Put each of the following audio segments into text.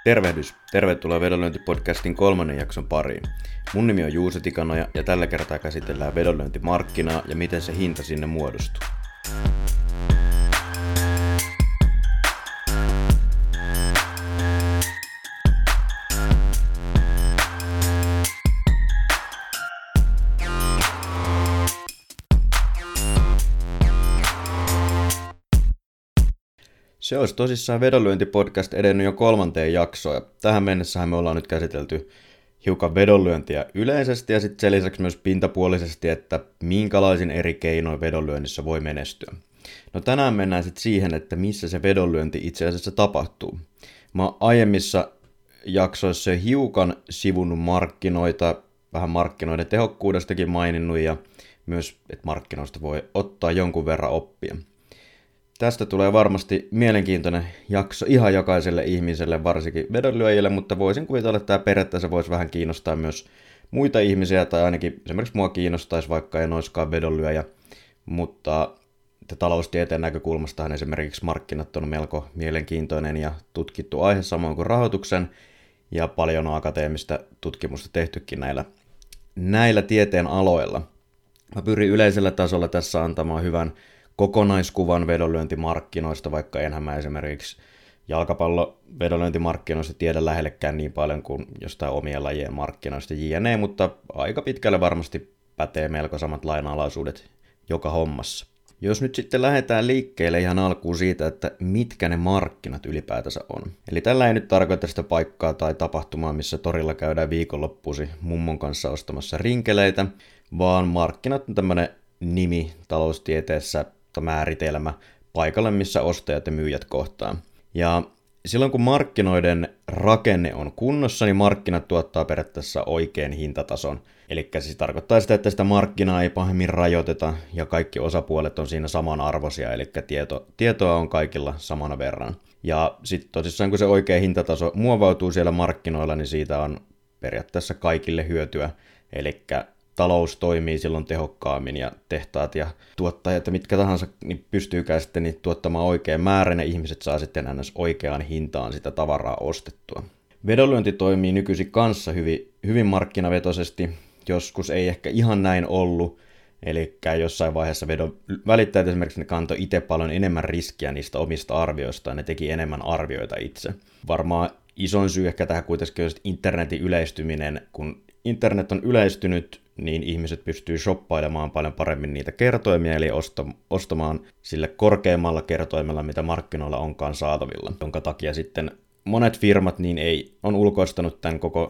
Tervehdys! Tervetuloa Vedonlyönti-podcastin 3. jakson pariin. Mun nimi on Juuso Tikanoja ja tällä kertaa käsitellään vedonlyöntimarkkinaa ja miten se hinta sinne muodostuu. Se olisi tosissaan vedonlyöntipodcast edennyt jo 3. jaksoon ja tähän mennessähän me ollaan nyt käsitelty hiukan vedonlyöntiä yleisesti ja sitten sen lisäksi myös pintapuolisesti, että minkälaisin eri keinoin vedonlyönnissä voi menestyä. No tänään mennään sitten siihen, että missä se vedonlyönti itse asiassa tapahtuu. Mä oon aiemmissa jaksoissa jo hiukan sivunnut markkinoita, vähän markkinoiden tehokkuudestakin maininnut ja myös, että markkinoista voi ottaa jonkun verran oppia. Tästä tulee varmasti mielenkiintoinen jakso ihan jokaiselle ihmiselle, varsinkin vedonlyöjille, mutta voisin kuvitella, että tämä periaatteessa voisi vähän kiinnostaa myös muita ihmisiä, tai ainakin esimerkiksi mua kiinnostaisi, vaikka en olisikaan vedonlyöjä, mutta taloustieteen näkökulmastahan esimerkiksi markkinat on melko mielenkiintoinen ja tutkittu aihe samoin kuin rahoituksen, ja paljon on akateemista tutkimusta tehtykin näillä tieteen aloilla. Mä pyrin yleisellä tasolla tässä antamaan hyvän kokonaiskuvan vedonlyöntimarkkinoista, vaikka enhän mä esimerkiksi jalkapallo-vedonlyöntimarkkinoista tiedä lähellekään niin paljon kuin jostain omien lajien markkinoista jne, mutta aika pitkälle varmasti pätee melko samat lainalaisuudet joka hommassa. Jos nyt sitten lähdetään liikkeelle ihan alkuun siitä, että mitkä ne markkinat ylipäätänsä on. Eli tällä ei nyt tarkoita sitä paikkaa tai tapahtumaa, missä torilla käydään viikonloppuisin mummon kanssa ostamassa rinkeleitä, vaan markkinat on tämmöinen nimi taloustieteessä määritelmä paikalle, missä ostajat ja myyjät kohtaa. Ja silloin kun markkinoiden rakenne on kunnossa, niin markkinat tuottaa periaatteessa oikean hintatason. Eli siis tarkoittaa sitä, että sitä markkinaa ei pahemmin rajoiteta ja kaikki osapuolet on siinä samanarvoisia, eli tietoa on kaikilla samana verran. Ja sitten tosissaan kun se oikea hintataso muovautuu siellä markkinoilla, niin siitä on periaatteessa kaikille hyötyä. Eli talous toimii silloin tehokkaammin ja tehtaat ja tuottajat ja mitkä tahansa niin pystyykään sitten niin tuottamaan oikean määrän ja ihmiset saa sitten ns. Oikeaan hintaan sitä tavaraa ostettua. Vedonlyönti toimii nykyisin kanssa hyvin markkinavetoisesti, joskus ei ehkä ihan näin ollut, eli jossain vaiheessa vedon välittäjät esimerkiksi ne kantoi itse paljon enemmän riskiä niistä omista arvioistaan, ne teki enemmän arvioita itse. Varmaan isoin syy ehkä tähän kuitenkin on internetin yleistyminen, kun internet on yleistynyt, niin ihmiset pystyy shoppailemaan paljon paremmin niitä kertoimia, eli ostamaan sille korkeammalla kertoimella, mitä markkinoilla onkaan saatavilla, jonka takia sitten monet firmat on ulkoistanut tämän koko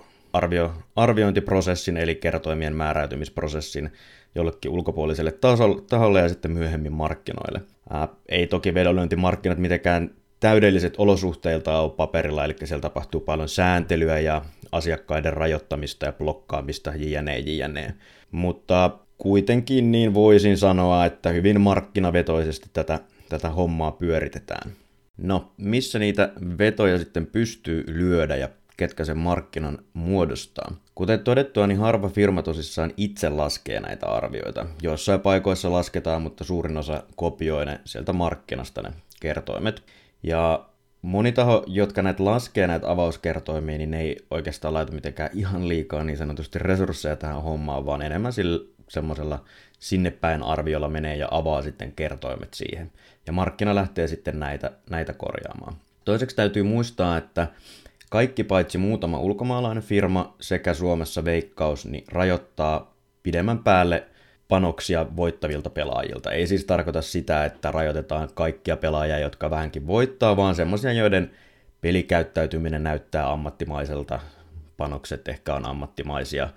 arviointiprosessin, eli kertoimien määräytymisprosessin jollekin ulkopuoliselle taholle ja sitten myöhemmin markkinoille. Ei toki vedonlyöntimarkkinat mitenkään täydelliset olosuhteilta ole paperilla, eli siellä tapahtuu paljon sääntelyä ja asiakkaiden rajoittamista ja blokkaamista jne. Mutta kuitenkin niin voisin sanoa, että hyvin markkinavetoisesti tätä hommaa pyöritetään. No, missä niitä vetoja sitten pystyy lyödä ja ketkä sen markkinan muodostaa? Kuten todettua, niin harva firma tosissaan itse laskee näitä arvioita. Joissain paikoissa lasketaan, mutta suurin osa kopioi ne sieltä markkinasta ne kertoimet. Ja moni taho, jotka laskee näitä avauskertoimia, niin ne ei oikeastaan laita mitenkään ihan liikaa niin sanotusti resursseja tähän hommaan, vaan enemmän semmoisella sinne päin arviolla menee ja avaa sitten kertoimet siihen. Ja markkina lähtee sitten näitä korjaamaan. Toiseksi täytyy muistaa, että kaikki paitsi muutama ulkomaalainen firma sekä Suomessa Veikkaus niin rajoittaa pidemmän päälle panoksia voittavilta pelaajilta. Ei siis tarkoita sitä, että rajoitetaan kaikkia pelaajia, jotka vähänkin voittaa, vaan semmoisia, joiden pelikäyttäytyminen näyttää ammattimaiselta, panokset ehkä on ammattimaisia,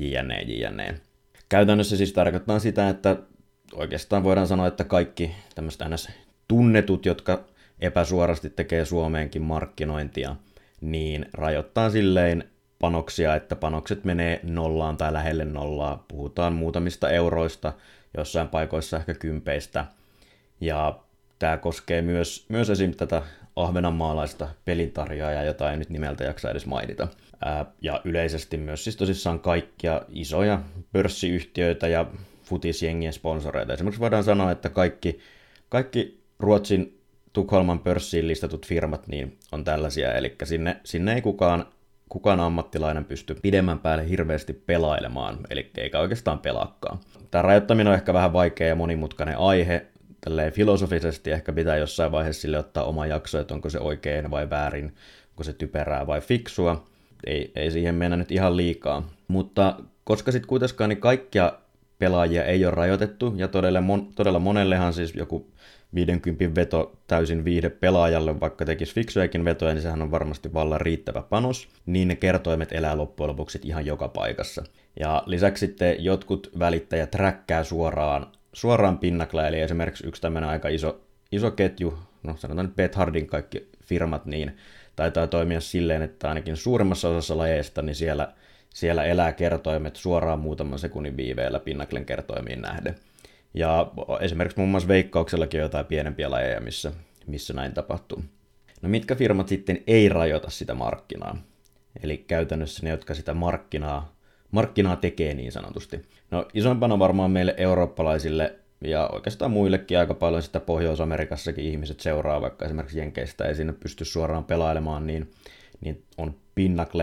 jne. Käytännössä siis tarkoittaa sitä, että oikeastaan voidaan sanoa, että kaikki tämmöiset tunnetut, jotka epäsuorasti tekee Suomeenkin markkinointia, niin rajoittaa silleen panoksia, että panokset menee nollaan tai lähelle nollaa. Puhutaan muutamista euroista, jossain paikoissa ehkä kympeistä. Ja tämä koskee myös esim. Tätä ahvenanmaalaista pelintarjoajaa, jota ei nyt nimeltä jaksa edes mainita. Ja yleisesti myös siis tosissaan kaikkia isoja pörssiyhtiöitä ja futisjengien sponsoreita. Esimerkiksi voidaan sanoa, että kaikki Ruotsin Tukholman pörssiin listatut firmat niin on tällaisia, eli sinne ei kukaan ammattilainen pysty pidemmän päälle hirveästi pelailemaan, eli eikä oikeastaan pelaakaan. Tämä rajoittaminen on ehkä vähän vaikea ja monimutkainen aihe, tälleen filosofisesti ehkä pitää jossain vaiheessa sille ottaa oma jakso, että onko se oikein vai väärin, onko se typerää vai fiksua. Ei siihen mennä nyt ihan liikaa. Mutta koska sitten kuitenkaan niin kaikkia pelaajia ei ole rajoitettu, ja todella monellehan siis joku 50 veto täysin viihde pelaajalle, vaikka tekisi fiksujakin vetoja, niin sehän on varmasti vallan riittävä panos, niin ne kertoimet elää loppujen lopuksi ihan joka paikassa. Ja lisäksi sitten jotkut välittäjät träkkää suoraan Pinnaclea, eli esimerkiksi yksi tämmöinen aika iso ketju, no sanotaan nyt Bethardin kaikki firmat, niin taitaa toimia silleen, että ainakin suurimmassa osassa lajeista, niin siellä elää kertoimet suoraan muutaman sekunnin viiveellä Pinnaclen kertoimiin nähden. Ja esimerkiksi muun muassa Veikkauksellakin on jotain pienempiä lajeja, missä näin tapahtuu. No mitkä firmat sitten ei rajoita sitä markkinaa? Eli käytännössä ne, jotka sitä markkinaa tekee niin sanotusti. No isompana varmaan meille eurooppalaisille ja oikeastaan muillekin aika paljon sitä Pohjois-Amerikassakin ihmiset seuraa, vaikka esimerkiksi Jenkeistä ei sinne pysty suoraan pelailemaan, niin on Pinnacle,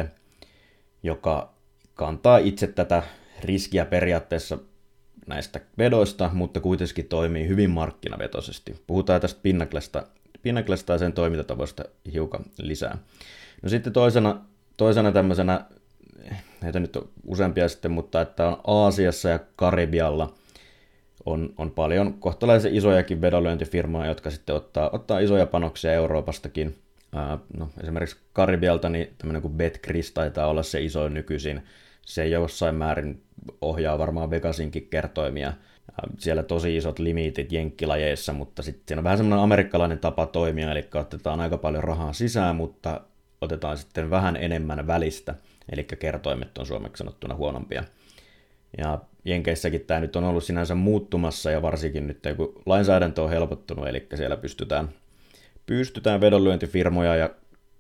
joka kantaa itse tätä riskiä periaatteessa näistä vedoista, mutta kuitenkin toimii hyvin markkinavetoisesti. Puhutaan tästä Pinnaclesta ja sen toimintatavoista hiukan lisää. No sitten toisena tämmöisenä, näitä nyt on useampia sitten, mutta että on Aasiassa ja Karibialla on paljon kohtalaisen isojakin vedonlyöntifirmoja, jotka sitten ottaa isoja panoksia Euroopastakin. No, esimerkiksi Karibialta niin tämmöinen kuin Betcris taitaa olla se isoin nykyisin. Se jossain määrin ohjaa varmaan Vegasinkin kertoimia. Siellä tosi isot limiitit jenkkilajeissa, mutta sitten siinä on vähän semmoinen amerikkalainen tapa toimia, eli otetaan aika paljon rahaa sisään, mutta otetaan sitten vähän enemmän välistä, eli kertoimet on suomeksi sanottuna huonompia. Ja Jenkeissäkin tämä nyt on ollut sinänsä muuttumassa, ja varsinkin nyt kun lainsäädäntö on helpottunut, eli siellä pystytään vedonlyöntifirmoja ja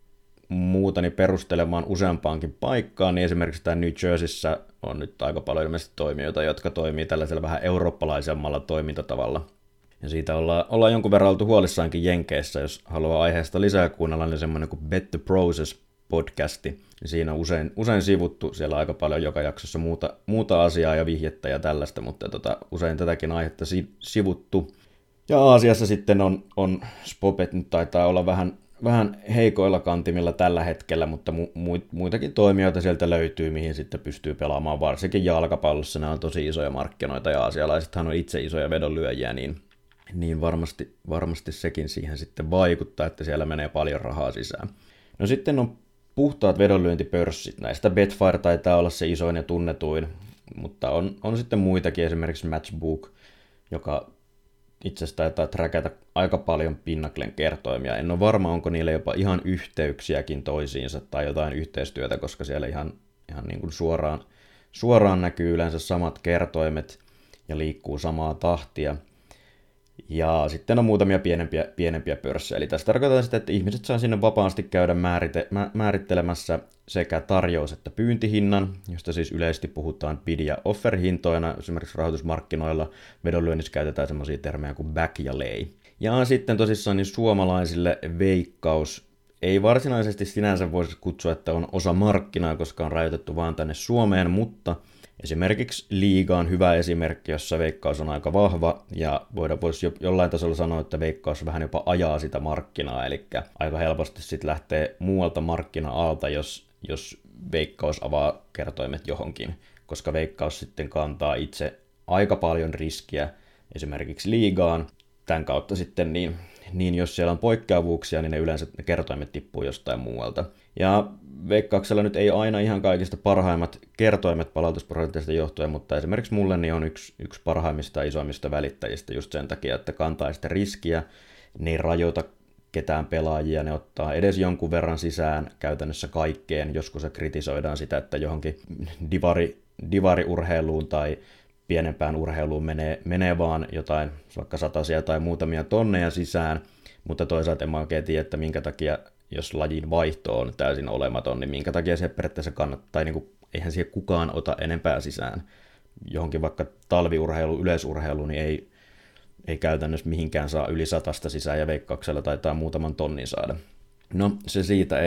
muuta niin perustelemaan useampaankin paikkaan, niin esimerkiksi tämä New Jerseyssä on nyt aika paljon ilmeisesti toimijoita, jotka toimii tällaisella vähän eurooppalaisemmalla toimintatavalla. Ja siitä ollaan jonkun verran oltu huolissaankin Jenkeissä, jos haluaa aiheesta lisää kuunnella, niin semmoinen kuin Bet the Process podcasti. Siinä on usein sivuttu, siellä on aika paljon joka jaksossa muuta asiaa ja vihjettä ja tällaista, mutta usein tätäkin aihetta sivuttu. Ja Aasiassa sitten on Spopet nyt taitaa olla vähän heikoilla kantimilla tällä hetkellä, mutta muitakin toimijoita sieltä löytyy, mihin sitten pystyy pelaamaan, varsinkin jalkapallossa. Nämä on tosi isoja markkinoita ja aasialaisethan on itse isoja vedonlyöjiä, niin varmasti sekin siihen sitten vaikuttaa, että siellä menee paljon rahaa sisään. No sitten on puhtaat vedonlyöntipörssit. Näistä Betfair taitaa olla se isoin ja tunnetuin, mutta on sitten muitakin, esimerkiksi Matchbook, joka itse asiassa taitaa trackata aika paljon Pinnaclen kertoimia. En ole varma, onko niillä jopa ihan yhteyksiäkin toisiinsa tai jotain yhteistyötä, koska siellä ihan niin kuin suoraan näkyy yleensä samat kertoimet ja liikkuu samaa tahtia. Ja sitten on muutamia pienempiä pörssejä. Eli tässä tarkoittaa sitä, että ihmiset saa sinne vapaasti käydä määrittelemässä sekä tarjous- että pyyntihinnan, josta siis yleisesti puhutaan bid- ja offer-hintoina. Esimerkiksi rahoitusmarkkinoilla vedonlyönnissä käytetään semmoisia termejä kuin back ja lay. Ja sitten tosissaan niin suomalaisille Veikkaus ei varsinaisesti sinänsä voisi kutsua, että on osa markkinaa, koska on rajoitettu vaan tänne Suomeen, mutta esimerkiksi Liiga on hyvä esimerkki, jossa Veikkaus on aika vahva, ja voisi jollain tasolla sanoa, että Veikkaus vähän jopa ajaa sitä markkinaa, eli aika helposti sitten lähtee muualta markkina-alta, jos Veikkaus avaa kertoimet johonkin, koska Veikkaus sitten kantaa itse aika paljon riskiä esimerkiksi Liigaan. Tämän kautta sitten niin jos siellä on poikkeavuuksia, niin ne kertoimet tippuu jostain muualta. Ja Veikkauksella nyt ei aina ihan kaikista parhaimmat kertoimet palautusprosenteista johtuen, mutta esimerkiksi mulle niin on yksi parhaimmista ja isoimmista välittäjistä just sen takia, että kantaa sitä riskiä, ne ei rajoita ketään pelaajia, ne ottaa edes jonkun verran sisään käytännössä kaikkeen, joskus se kritisoidaan sitä, että johonkin divariurheiluun tai pienempään urheiluun menee vaan jotain, vaikka satasia tai muutamia tonneja sisään, mutta toisaalta en mä oikein tiedä, että minkä takia, jos lajin vaihto on täysin olematon, niin minkä takia se periaatteessa kannattaa, tai niin kuin, eihän siihen kukaan ota enempää sisään. Johonkin vaikka talviurheilu, yleisurheilu, niin ei käytännössä mihinkään saa yli 100 sisään ja Veikkauksella taitaa muutaman tonnin saada. No se siitä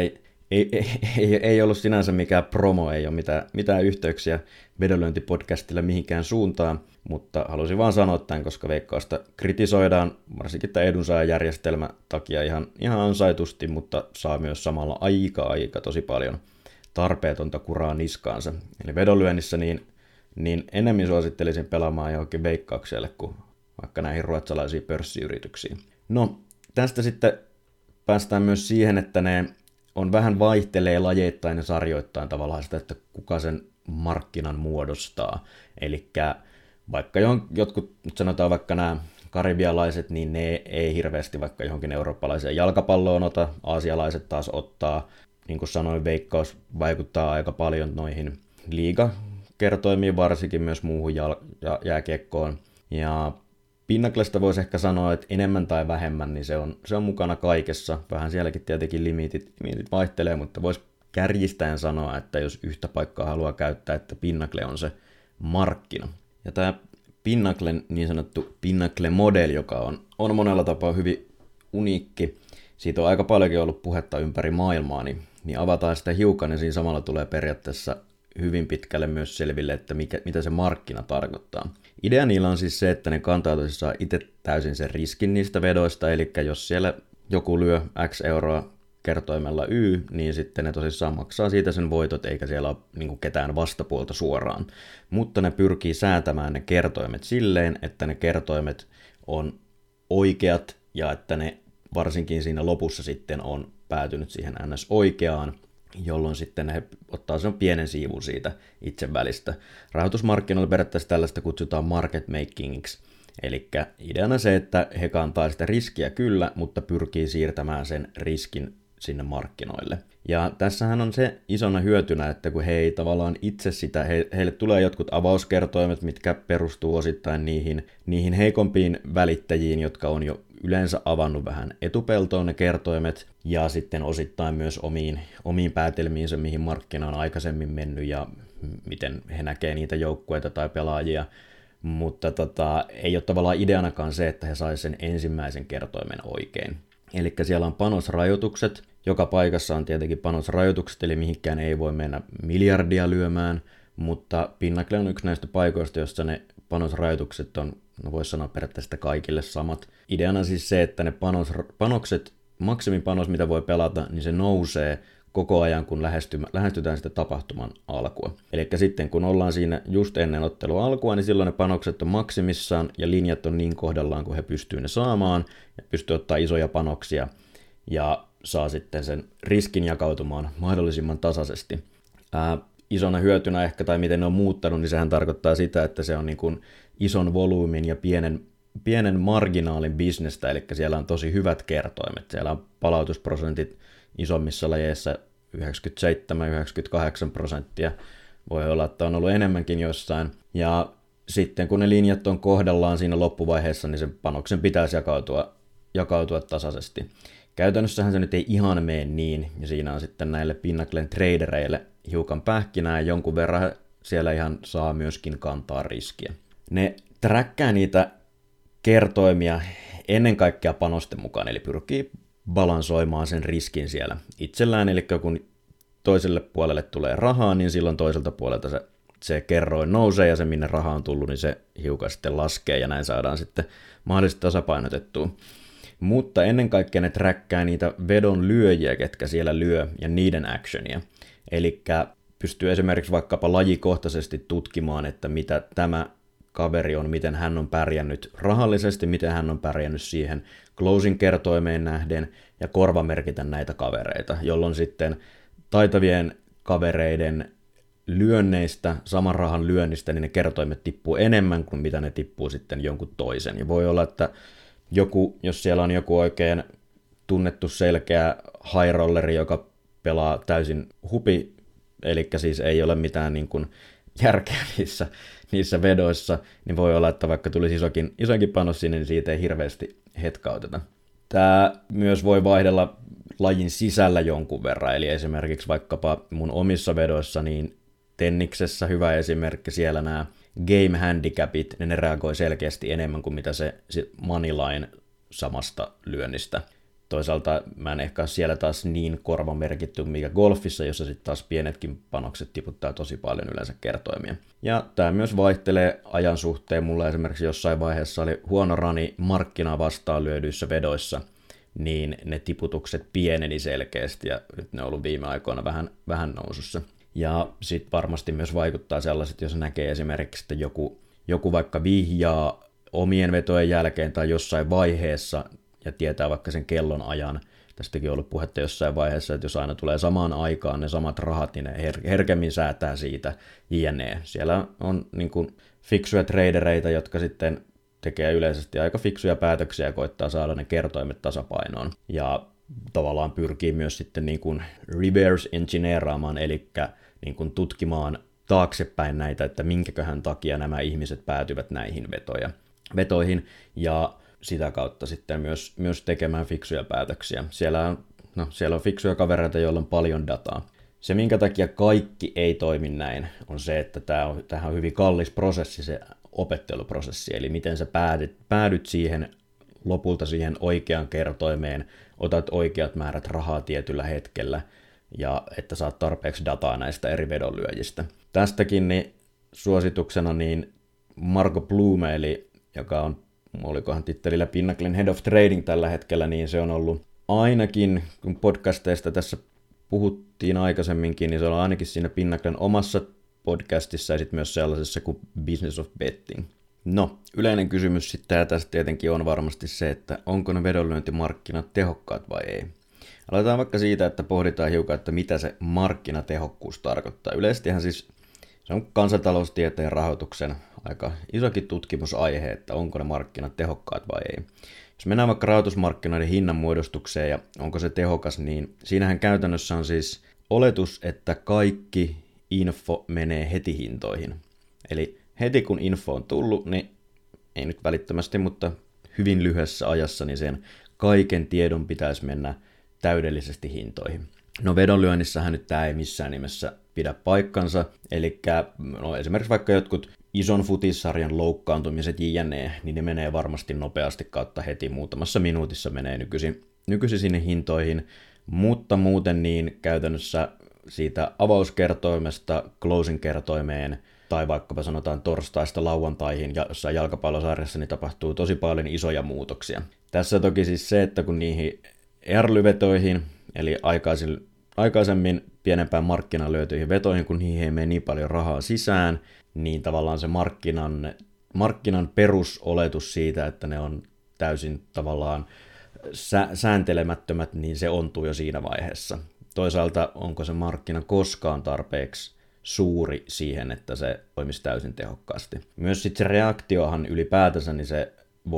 ei ollut sinänsä mikään promo, ei ole mitään yhteyksiä vedonlyöntipodcastilla mihinkään suuntaan, mutta halusin vaan sanoa tämän, koska Veikkausta kritisoidaan varsinkin tämän edunsaajajärjestelmän takia ihan ansaitusti, mutta saa myös samalla aika tosi paljon tarpeetonta kuraa niskaansa. Eli vedonlyönnissä niin enemmän suosittelisin pelaamaan johonkin Veikkaukselle kuin vaikka näihin ruotsalaisiin pörssiyrityksiin. No, tästä sitten päästään myös siihen, että ne on vähän vaihtelee lajeittain ja sarjoittain tavallaan sitä, että kuka sen markkinan muodostaa. Eli vaikka jotkut, nyt sanotaan vaikka nämä karibialaiset, niin ne ei hirveästi vaikka johonkin eurooppalaiseen jalkapalloon ota, aasialaiset taas ottaa. Niin kuin sanoin, Veikkaus vaikuttaa aika paljon noihin liigakertoimiin, varsinkin myös muuhun jääkiekkoon. Ja Pinnaclesta voisi ehkä sanoa, että enemmän tai vähemmän, niin se on mukana kaikessa. Vähän sielläkin tietenkin limiitit vaihtelee, mutta voisi kärjistäen sanoa, että jos yhtä paikkaa haluaa käyttää, että Pinnacle on se markkina. Ja tämä Pinnaclen niin sanottu Pinnacle-model, joka on monella tapaa hyvin uniikki, siitä on aika paljonkin ollut puhetta ympäri maailmaa, niin avataan sitä hiukan ja siinä samalla tulee periaatteessa hyvin pitkälle myös selville, että mitä se markkina tarkoittaa. Idea niillä on siis se, että ne kantaa tosissaan itse täysin sen riskin niistä vedoista, eli jos siellä joku lyö X euroa kertoimella Y, niin sitten ne tosissaan maksaa siitä sen voitot, eikä siellä ole niin ketään vastapuolta suoraan. Mutta ne pyrkii säätämään ne kertoimet silleen, että ne kertoimet on oikeat, ja että ne varsinkin siinä lopussa sitten on päätynyt siihen NS-oikeaan, jolloin sitten he ottaa sen pienen siivun siitä itse välistä. Rahoitusmarkkinoilla periaatteessa tällaista kutsutaan market makingiksi. Eli ideana se, että he kantaa sitä riskiä kyllä, mutta pyrkii siirtämään sen riskin sinne markkinoille. Ja tässähän on se isona hyötynä, että kun he ei tavallaan itse sitä, heille tulee jotkut avauskertoimet, mitkä perustuu osittain niihin heikompiin välittäjiin, jotka on jo yleensä avannut vähän etupeltoon ne kertoimet, ja sitten osittain myös omiin päätelmiinsä, mihin markkina on aikaisemmin mennyt, ja miten he näkee niitä joukkueita tai pelaajia. Mutta ei ole tavallaan ideanakaan se, että he saisivat sen ensimmäisen kertoimen oikein. Eli siellä on panosrajoitukset, joka paikassa on tietenkin panosrajoitukset, eli mihinkään ei voi mennä miljardia lyömään, mutta Pinnacle on yksi näistä paikoista, jossa ne panosrajoitukset on, no voisi sanoa periaatteessa kaikille samat. Ideana siis se, että ne panokset, maksimipanos mitä voi pelata, niin se nousee koko ajan, kun lähestytään sitä tapahtuman alkua. Eli sitten kun ollaan siinä just ennen ottelun alkua, niin silloin ne panokset on maksimissaan ja linjat on niin kohdallaan, kun he pystyy ne saamaan ja pystyy ottaa isoja panoksia ja saa sitten sen riskin jakautumaan mahdollisimman tasaisesti. Isona hyötynä ehkä, tai miten ne on muuttanut, niin sehän tarkoittaa sitä, että se on niin kuin ison volyymin ja pienen marginaalin bisnestä, eli siellä on tosi hyvät kertoimet. Siellä on palautusprosentit isommissa lajeissa 97-98%. Voi olla, että on ollut enemmänkin jossain. Ja sitten kun ne linjat on kohdallaan siinä loppuvaiheessa, niin sen panoksen pitäisi jakautua tasaisesti. Käytännössähän se nyt ei ihan mene niin, ja siinä on sitten näille Pinnaclen tradereille hiukan pähkinää, ja jonkun verran siellä ihan saa myöskin kantaa riskiä. Ne träkkää niitä kertoimia ennen kaikkea panosten mukaan, eli pyrkii balansoimaan sen riskin siellä itsellään, eli kun toiselle puolelle tulee rahaa, niin silloin toiselta puolelta se kerroin nousee, ja se minne raha on tullut, niin se hiukan sitten laskee, ja näin saadaan sitten mahdollisesti tasapainotettua. Mutta ennen kaikkea ne träkkää niitä vedon lyöjiä, ketkä siellä lyö, ja niiden actionia. Eli pystyy esimerkiksi vaikkapa lajikohtaisesti tutkimaan, että mitä tämä kaveri on, miten hän on pärjännyt rahallisesti, miten hän on pärjännyt siihen closing-kertoimeen nähden, ja korvamerkitä näitä kavereita, jolloin sitten taitavien kavereiden lyönneistä, saman rahan lyönnistä, niin ne kertoimet tippuu enemmän kuin mitä ne tippuu sitten jonkun toisen. Ja voi olla, että jos siellä on joku oikein tunnettu selkeä high rolleri, joka pelaa täysin hupi, eli siis ei ole mitään niin kuin järkeä niissä vedoissa, niin voi olla, että vaikka tulisi isokin panos sinne, niin siitä ei hirveästi hetkauteta. Tämä myös voi vaihdella lajin sisällä jonkun verran, eli esimerkiksi vaikkapa mun omissa vedoissa, niin tenniksessä hyvä esimerkki, siellä nämä game handicapit, ne reagoi selkeästi enemmän kuin mitä se money line samasta lyönnistä. Toisaalta mä en ehkä siellä taas niin korvamerkitty mikä golfissa, jossa sitten taas pienetkin panokset tiputtaa tosi paljon yleensä kertoimia. Ja tämä myös vaihtelee ajan suhteen. Mulla esimerkiksi jossain vaiheessa oli huono rani markkinaa vastaan lyödyissä vedoissa, niin ne tiputukset pieneni selkeästi ja nyt ne on ollut viime aikoina vähän nousussa. Ja sitten varmasti myös vaikuttaa sellaiset, jos näkee esimerkiksi, että joku vaikka vihjaa omien vetojen jälkeen tai jossain vaiheessa ja tietää vaikka sen kellon ajan. Tästäkin on ollut puhetta jossain vaiheessa, että jos aina tulee samaan aikaan ne samat rahat, niin ne herkemmin säätää siitä jne. Siellä on niin kuin fiksuja tradereita, jotka sitten tekee yleisesti aika fiksuja päätöksiä ja koittaa saada ne kertoimet tasapainoon. Ja tavallaan pyrkii myös sitten niin kuin reverse engineeraamaan, eli niin kuin tutkimaan taaksepäin näitä, että minkäköhän takia nämä ihmiset päätyvät näihin vetoihin, ja sitä kautta sitten myös tekemään fiksuja päätöksiä. Siellä on fiksuja kavereita, joilla on paljon dataa. Se, minkä takia kaikki ei toimi näin, on se, että tämä on hyvin kallis prosessi, se opetteluprosessi, eli miten sä päädyt lopulta siihen oikeaan kertoimeen, otat oikeat määrät rahaa tietyllä hetkellä, ja että saat tarpeeksi dataa näistä eri vedonlyöjistä. Tästäkin niin suosituksena niin Marco Blume, joka on, olikohan tittelillä Pinnaclen Head of Trading tällä hetkellä, niin se on ollut ainakin, kun podcasteista tässä puhuttiin aikaisemminkin, niin se on ainakin siinä Pinnaclen omassa podcastissa ja sitten myös sellaisessa kuin Business of Betting. No, yleinen kysymys sitten tästä tietenkin on varmasti se, että onko ne vedonlyöntimarkkinat tehokkaat vai ei. Aloitetaan vaikka siitä, että pohditaan hiukan, että mitä se markkinatehokkuus tarkoittaa. Yleisestihän siis se on kansantaloustieteen ja rahoituksen aika isokin tutkimusaihe, että onko ne markkinat tehokkaat vai ei. Jos mennään vaikka rahoitusmarkkinoiden hinnanmuodostukseen ja onko se tehokas, niin siinähän käytännössä on siis oletus, että kaikki info menee heti hintoihin. Eli heti kun info on tullut, niin ei nyt välittömästi, mutta hyvin lyhyessä ajassa, niin sen kaiken tiedon pitäisi mennä täydellisesti hintoihin. No vedonlyönnissähän nyt tämä ei missään nimessä pidä paikkansa, eli esimerkiksi vaikka jotkut ison futissarjan loukkaantumiset jne, niin ne menee varmasti nopeasti kautta heti, muutamassa minuutissa menee nykyisin sinne hintoihin, mutta muuten niin käytännössä siitä avauskertoimesta closing-kertoimeen tai vaikkapa sanotaan torstaista lauantaihin ja jossain jalkapallosarjassa niin tapahtuu tosi paljon isoja muutoksia. Tässä toki siis se, että kun niihin early-vetoihin, eli aikaisemmin pienempään markkinaan löytyihin vetoihin, kun niihin ei mene niin paljon rahaa sisään, niin tavallaan se markkinan perusoletus siitä, että ne on täysin tavallaan sääntelemättömät, niin se ontuu jo siinä vaiheessa. Toisaalta onko se markkina koskaan tarpeeksi suuri siihen, että se toimisi täysin tehokkaasti. Myös sitten se reaktiohan ylipäätänsä, niin se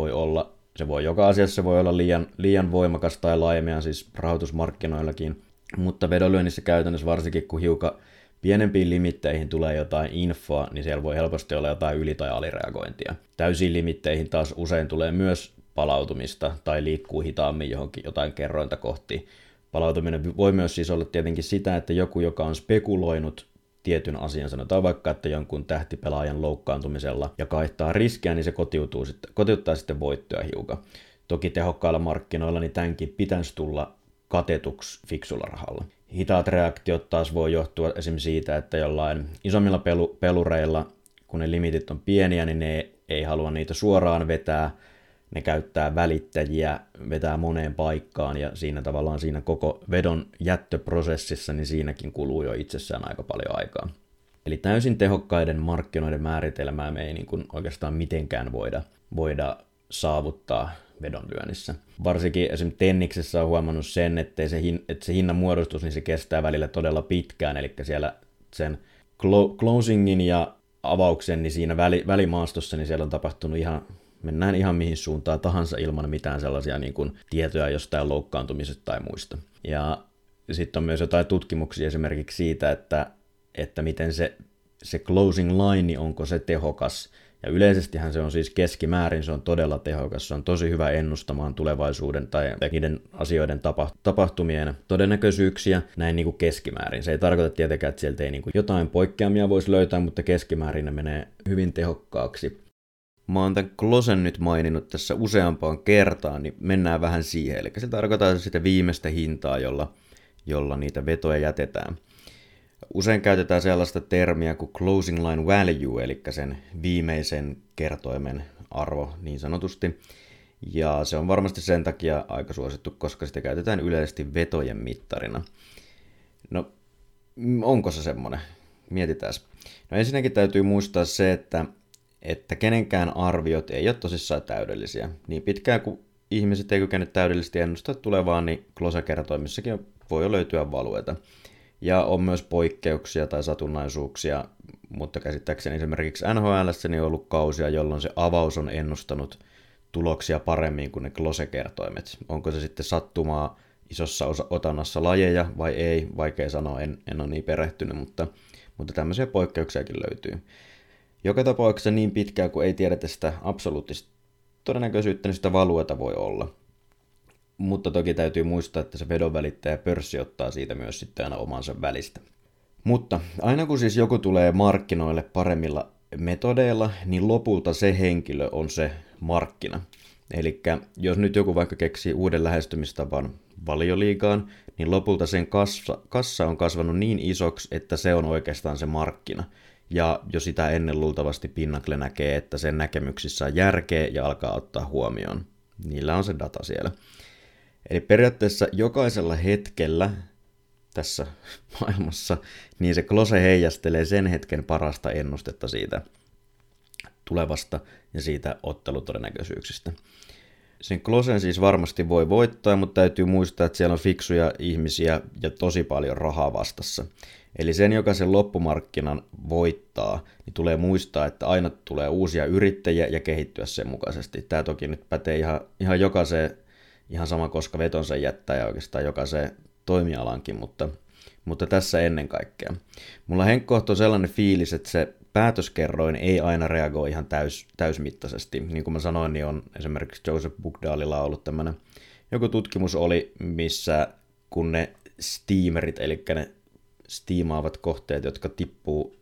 voi joka asiassa se voi olla liian voimakas tai laajemmin siis rahoitusmarkkinoillakin, mutta vedonlyönnissä käytännössä varsinkin kun hiukan pienempiin limitteihin tulee jotain infoa, niin siellä voi helposti olla jotain yli- tai alireagointia. Täysiin limitteihin taas usein tulee myös palautumista tai liikkuu hitaammin johonkin jotain kerrointa kohti. Palautuminen voi myös siis olla tietenkin sitä, että joku, joka on spekuloinut tietyn asian, sanotaan vaikka, että jonkun tähtipelaajan loukkaantumisella ja kaihtaa riskiä, niin se kotiuttaa sitten voittoja hiukan. Toki tehokkailla markkinoilla niin tämänkin pitäisi tulla katetuksi fiksulla rahalla. Hitaat reaktiot taas voi johtua esimerkiksi siitä, että jollain isommilla pelureilla, kun ne limitit on pieniä, niin ne ei halua niitä suoraan vetää, ne käyttää välittäjiä, vetää moneen paikkaan ja siinä koko vedon jättöprosessissa, niin siinäkin kuluu jo itsessään aika paljon aikaa. Eli täysin tehokkaiden markkinoiden määritelmää me ei niin kuin oikeastaan mitenkään voida saavuttaa vedonlyönnissä. Varsinkin esimerkiksi tenniksessä on huomannut sen, että se hinnan muodostus niin se kestää välillä todella pitkään, eli siellä sen closingin ja avauksen niin siinä välimaastossa niin siellä on tapahtunut mennään ihan mihin suuntaan tahansa ilman mitään sellaisia niin kuin tietoja jostain loukkaantumisesta tai muista. Ja sitten on myös jotain tutkimuksia esimerkiksi siitä, että miten se closing line, onko se tehokas Ja yleisestihän se on siis keskimäärin, se on todella tehokas, se on tosi hyvä ennustamaan tulevaisuuden tai niiden asioiden tapahtumien todennäköisyyksiä näin niin kuin keskimäärin. Se ei tarkoita tietenkään, että sieltä ei niin kuin jotain poikkeamia voisi löytää, mutta keskimäärin ne menee hyvin tehokkaaksi. Mä oon tämän Closen nyt maininnut tässä useampaan kertaan, niin mennään vähän siihen. Eli se tarkoittaa sitä viimeistä hintaa, jolla niitä vetoja jätetään. Usein käytetään sellaista termiä kuin closing line value, eli sen viimeisen kertoimen arvo niin sanotusti. Ja se on varmasti sen takia aika suosittu, koska sitä käytetään yleisesti vetojen mittarina. No, onko se semmoinen? Mietitään. No ensinnäkin täytyy muistaa se, että kenenkään arviot ei ole tosissaan täydellisiä. Niin pitkään kuin ihmiset ei kykene täydellisesti ennustaa tulevaa, niin Close-kertoimissakin voi jo löytyä valueta. Ja on myös poikkeuksia tai satunnaisuuksia, mutta käsittääkseni esimerkiksi NHL:ssä niin on ollut kausia, jolloin se avaus on ennustanut tuloksia paremmin kuin ne Close-kertoimet. Onko se sitten sattumaa isossa otannassa lajeja vai ei, vaikea sanoa, en ole niin perehtynyt, mutta tämmöisiä poikkeuksiakin löytyy. Joka tapauksessa niin pitkään, kun ei tiedetä sitä absoluuttista todennäköisyyttä, niin sitä valueta voi olla. Mutta toki täytyy muistaa, että se vedonvälittäjä pörssi ottaa siitä myös sitten aina omansa välistä. Mutta aina kun siis joku tulee markkinoille paremmilla metodeilla, niin lopulta se henkilö on se markkina. Eli jos nyt joku vaikka keksii uuden lähestymistavan Valioliigaan, niin lopulta sen kassa on kasvanut niin isoksi, että se on oikeastaan se markkina. Ja jo sitä ennen luultavasti Pinnacle näkee, että sen näkemyksissä on järkeä ja alkaa ottaa huomioon. Niillä on se data siellä. Eli periaatteessa jokaisella hetkellä tässä maailmassa, niin se Close heijastelee sen hetken parasta ennustetta siitä tulevasta ja siitä ottelutodennäköisyyksistä. Sen Closen siis varmasti voi voittaa, mutta täytyy muistaa, että siellä on fiksuja ihmisiä ja tosi paljon rahaa vastassa. Eli sen, joka sen loppumarkkinan voittaa, niin tulee muistaa, että aina tulee uusia yrittäjiä ja kehittyä sen mukaisesti. Tämä toki nyt pätee ihan jokaiseen, ihan sama koska vetonsa jättää ja oikeastaan jokaiseen toimialankin, mutta tässä ennen kaikkea. Mulla henkkohto on sellainen fiilis, että se päätöskerroin ei aina reagoi ihan täysmittaisesti. Niin kuin mä sanoin, niin on esimerkiksi Joseph Bugdalilla ollut tämmöinen joku tutkimus oli, missä kun ne steamerit, eli ne stiimaavat kohteet, jotka tippuu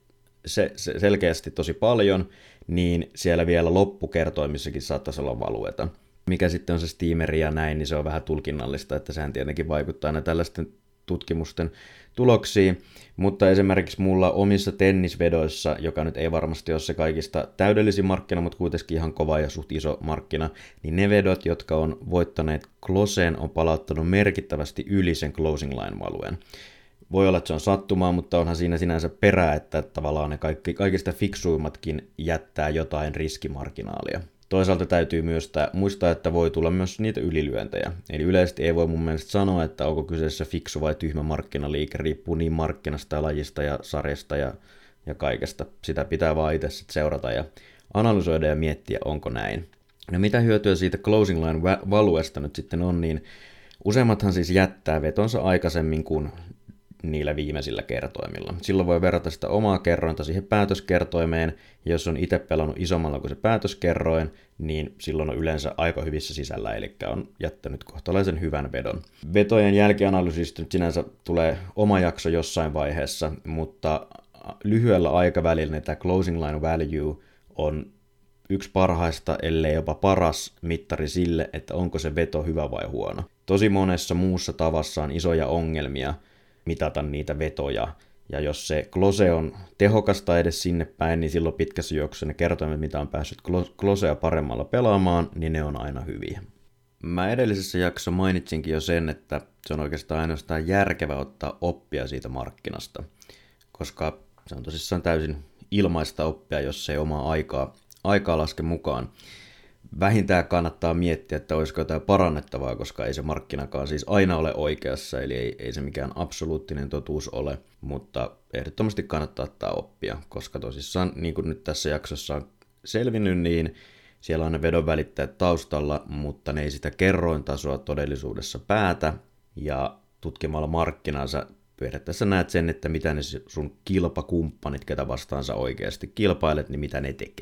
selkeästi tosi paljon, niin siellä vielä loppukertoimissakin saattaisi olla valueta. Mikä sitten on se steameri ja näin, niin se on vähän tulkinnallista, että sehän tietenkin vaikuttaa aina tällaisten tutkimusten tuloksiin, mutta esimerkiksi mulla omissa tennisvedoissa, joka nyt ei varmasti ole se kaikista täydellisin markkina, mutta kuitenkin ihan kova ja suht iso markkina, niin ne vedot, jotka on voittaneet Closeen, on palauttanut merkittävästi yli sen closing line valueen. Voi olla, että se on sattumaa, mutta onhan siinä sinänsä perää, että tavallaan ne kaikista fiksuimmatkin jättää jotain riskimarginaalia. Toisaalta täytyy myös muistaa, että voi tulla myös niitä ylilyöntejä. Eli yleisesti ei voi mun mielestä sanoa, että onko kyseessä fiksu vai tyhmä markkinaliike, riippuu niin markkinasta ja lajista ja sarjasta ja kaikesta. Sitä pitää vaan itse seurata ja analysoida ja miettiä, onko näin. No mitä hyötyä siitä closing line valuesta nyt sitten on, niin useimmathan siis jättää vetonsa aikaisemmin kuin niillä viimeisillä kertoimilla. Silloin voi verrata sitä omaa kerrointa siihen päätöskertoimeen, ja jos on itse pelannut isommalla kuin se päätöskerroin, niin silloin on yleensä aika hyvissä sisällä, eli on jättänyt kohtalaisen hyvän vedon. Vetojen jälkianalyysistä nyt sinänsä tulee oma jakso jossain vaiheessa, mutta lyhyellä aikavälillä tämä closing line value on yksi parhaista, ellei jopa paras mittari sille, että onko se veto hyvä vai huono. Tosi monessa muussa tavassa on isoja ongelmia mitata niitä vetoja, ja jos se Close on tehokasta edes sinne päin, niin silloin pitkässä juoksussa ne kertoimet, mitä on päässyt Closea paremmalla pelaamaan, niin ne on aina hyviä. Mä edellisessä jaksossa mainitsinkin jo sen, että se on oikeastaan ainoastaan järkevä ottaa oppia siitä markkinasta, koska se on tosissaan täysin ilmaista oppia, jos ei omaa aikaa laske mukaan. Vähintään kannattaa miettiä, että olisiko jotain parannettavaa, koska ei se markkinakaan siis aina ole oikeassa, eli ei se mikään absoluuttinen totuus ole, mutta ehdottomasti kannattaa ottaa oppia, koska tosissaan, niin kuin nyt tässä jaksossa on selvinnyt, niin siellä on ne vedonvälittäjät taustalla, mutta ne ei sitä kerrointasoa todellisuudessa päätä, ja tutkimalla markkinansa periaatteessa näet sen, että mitä ne sun kilpakumppanit, ketä vastaan sä oikeasti kilpailet, niin mitä ne tekee.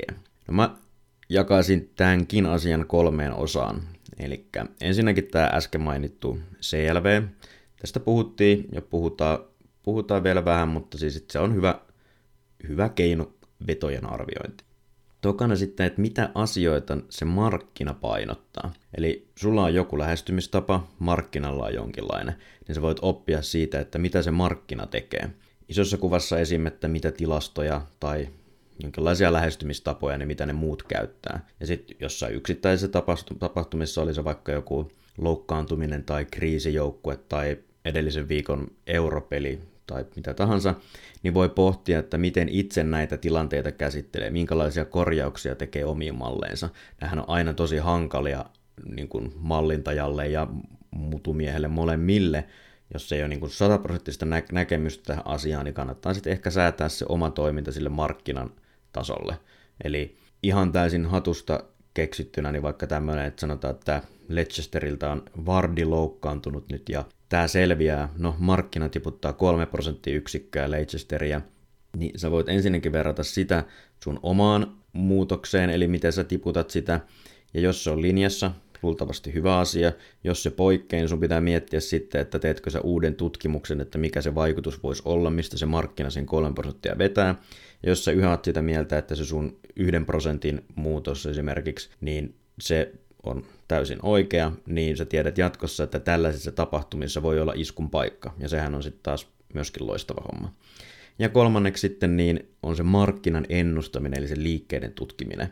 No mä jakaisin tämänkin asian 3 osaan. Eli ensinnäkin tämä äsken mainittu CLV. Tästä puhuttiin ja puhutaan vielä vähän, mutta siis se on hyvä keino vetojen arviointi. Tokana sitten, että mitä asioita se markkina painottaa. Eli sulla on joku lähestymistapa, markkinalla on jonkinlainen, niin sä voit oppia siitä, että mitä se markkina tekee. Isossa kuvassa esim. Että mitä tilastoja tai jonkinlaisia lähestymistapoja, niin mitä ne muut käyttää. Ja sitten jossain yksittäisessä tapahtumissa oli se vaikka joku loukkaantuminen tai kriisijoukkue tai edellisen viikon europeli tai mitä tahansa, niin voi pohtia, että miten itse näitä tilanteita käsittelee, minkälaisia korjauksia tekee omiin malleensa. Nämähän on aina tosi hankalia niin kuin mallintajalle ja mutumiehelle molemmille. Jos ei ole niin kuin 100% näkemystä tähän asiaan, niin kannattaa sitten ehkä säätää se oma toiminta sille markkinan tasolle. Eli ihan täysin hatusta keksittynä, niin vaikka tämmöinen, että sanotaan, että Leicesteriltä on Vardy loukkaantunut nyt ja tämä selviää, no markkina tiputtaa 3% Leicesteriä, niin sä voit ensinnäkin verrata sitä sun omaan muutokseen, eli miten sä tiputat sitä, ja jos se on linjassa, luultavasti hyvä asia. Jos se poikkeaa, niin sun pitää miettiä sitten, että teetkö sä uuden tutkimuksen, että mikä se vaikutus voisi olla, mistä se markkina sen 3% vetää. Ja jos sä yhä oot sitä mieltä, että se sun 1% muutos esimerkiksi, niin se on täysin oikea, niin sä tiedät jatkossa, että tällaisissa tapahtumissa voi olla iskun paikka. Ja sehän on sitten taas myöskin loistava homma. Ja kolmanneksi sitten niin on se markkinan ennustaminen, eli se liikkeiden tutkiminen.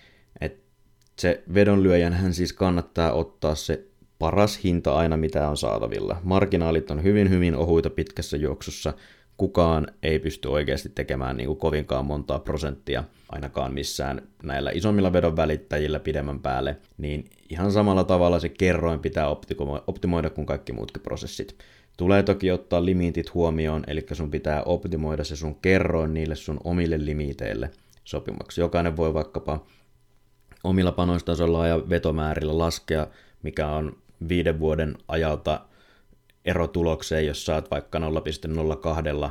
Se vedonlyöjän hän siis kannattaa ottaa se paras hinta aina, mitä on saatavilla. Marginaalit on hyvin ohuita pitkässä juoksussa. Kukaan ei pysty oikeasti tekemään niin kuin kovinkaan montaa prosenttia, ainakaan missään näillä isommilla vedon välittäjillä pidemmän päälle. Niin ihan samalla tavalla se kerroin pitää optimoida kuin kaikki muutkin prosessit. Tulee toki ottaa limiitit huomioon, eli sun pitää optimoida se sun kerroin niille sun omille limiteille sopimaksi. Jokainen voi vaikkapa omilla panostasolla ja vetomäärillä laskea, mikä on 5 vuoden ajalta erotulokseen, jos saat vaikka 0,02,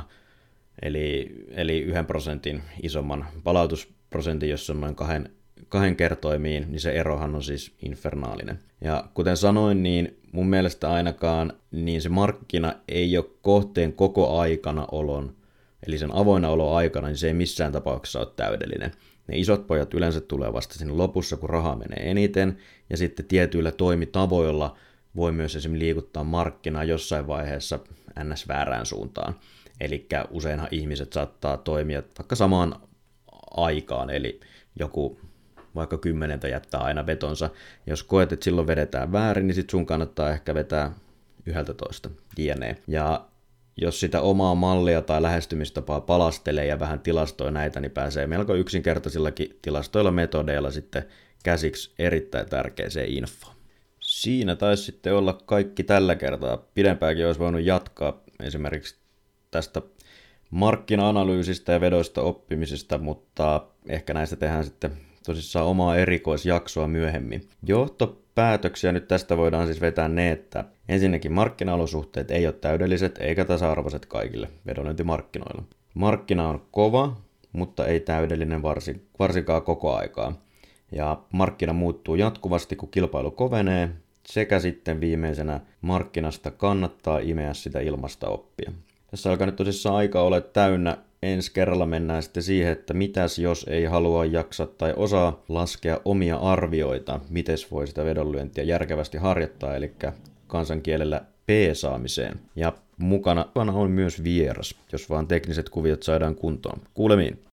eli 1% isomman palautusprosentin, jos on noin 2 kertoimiin, niin se erohan on siis infernaalinen. Ja kuten sanoin, niin mun mielestä ainakaan niin se markkina ei ole kohteen koko aikana olon, eli sen avoinna olo aikana, niin se ei missään tapauksessa ole täydellinen. Ne isot pojat yleensä tulee vasta siinä lopussa, kun raha menee eniten, ja sitten tietyillä toimitavoilla voi myös esimerkiksi liikuttaa markkinaa jossain vaiheessa ns. Väärään suuntaan. Eli useinhan ihmiset saattaa toimia vaikka samaan aikaan, eli joku vaikka 10 jättää aina vetonsa. Jos koet, että silloin vedetään väärin, niin sitten sun kannattaa ehkä vetää 11 jne. Ja jos sitä omaa mallia tai lähestymistapaa palastelee ja vähän tilastoi näitä, niin pääsee melko yksinkertaisillakin tilastoilla metodeilla sitten käsiksi erittäin tärkeäseen infoon. Siinä taisi sitten olla kaikki tällä kertaa. Pidempäänkin olisi voinut jatkaa esimerkiksi tästä markkina-analyysistä ja vedoista oppimisesta, mutta ehkä näistä tehdään sitten tosissaan omaa erikoisjaksoa myöhemmin. Johtopäätöksiä nyt tästä voidaan siis vetää ne, että ensinnäkin markkinaolosuhteet ei ole täydelliset eikä tasa-arvoiset kaikille vedonlyöntimarkkinoilla. Markkina on kova, mutta ei täydellinen varsinkaan koko aikaa. Ja markkina muuttuu jatkuvasti, kun kilpailu kovenee, sekä sitten viimeisenä markkinasta kannattaa imeä sitä ilmasta oppia. Tässä alkaa nyt tosissaan aika olla täynnä. Ensi kerralla mennään sitten siihen, että mitäs jos ei halua jaksa tai osaa laskea omia arvioita, mites voi sitä vedonlyöntiä järkevästi harjoittaa, eli kansankielellä peesaamiseen. Ja mukana on myös vieras, jos vaan tekniset kuviot saadaan kuntoon. Kuulemiin!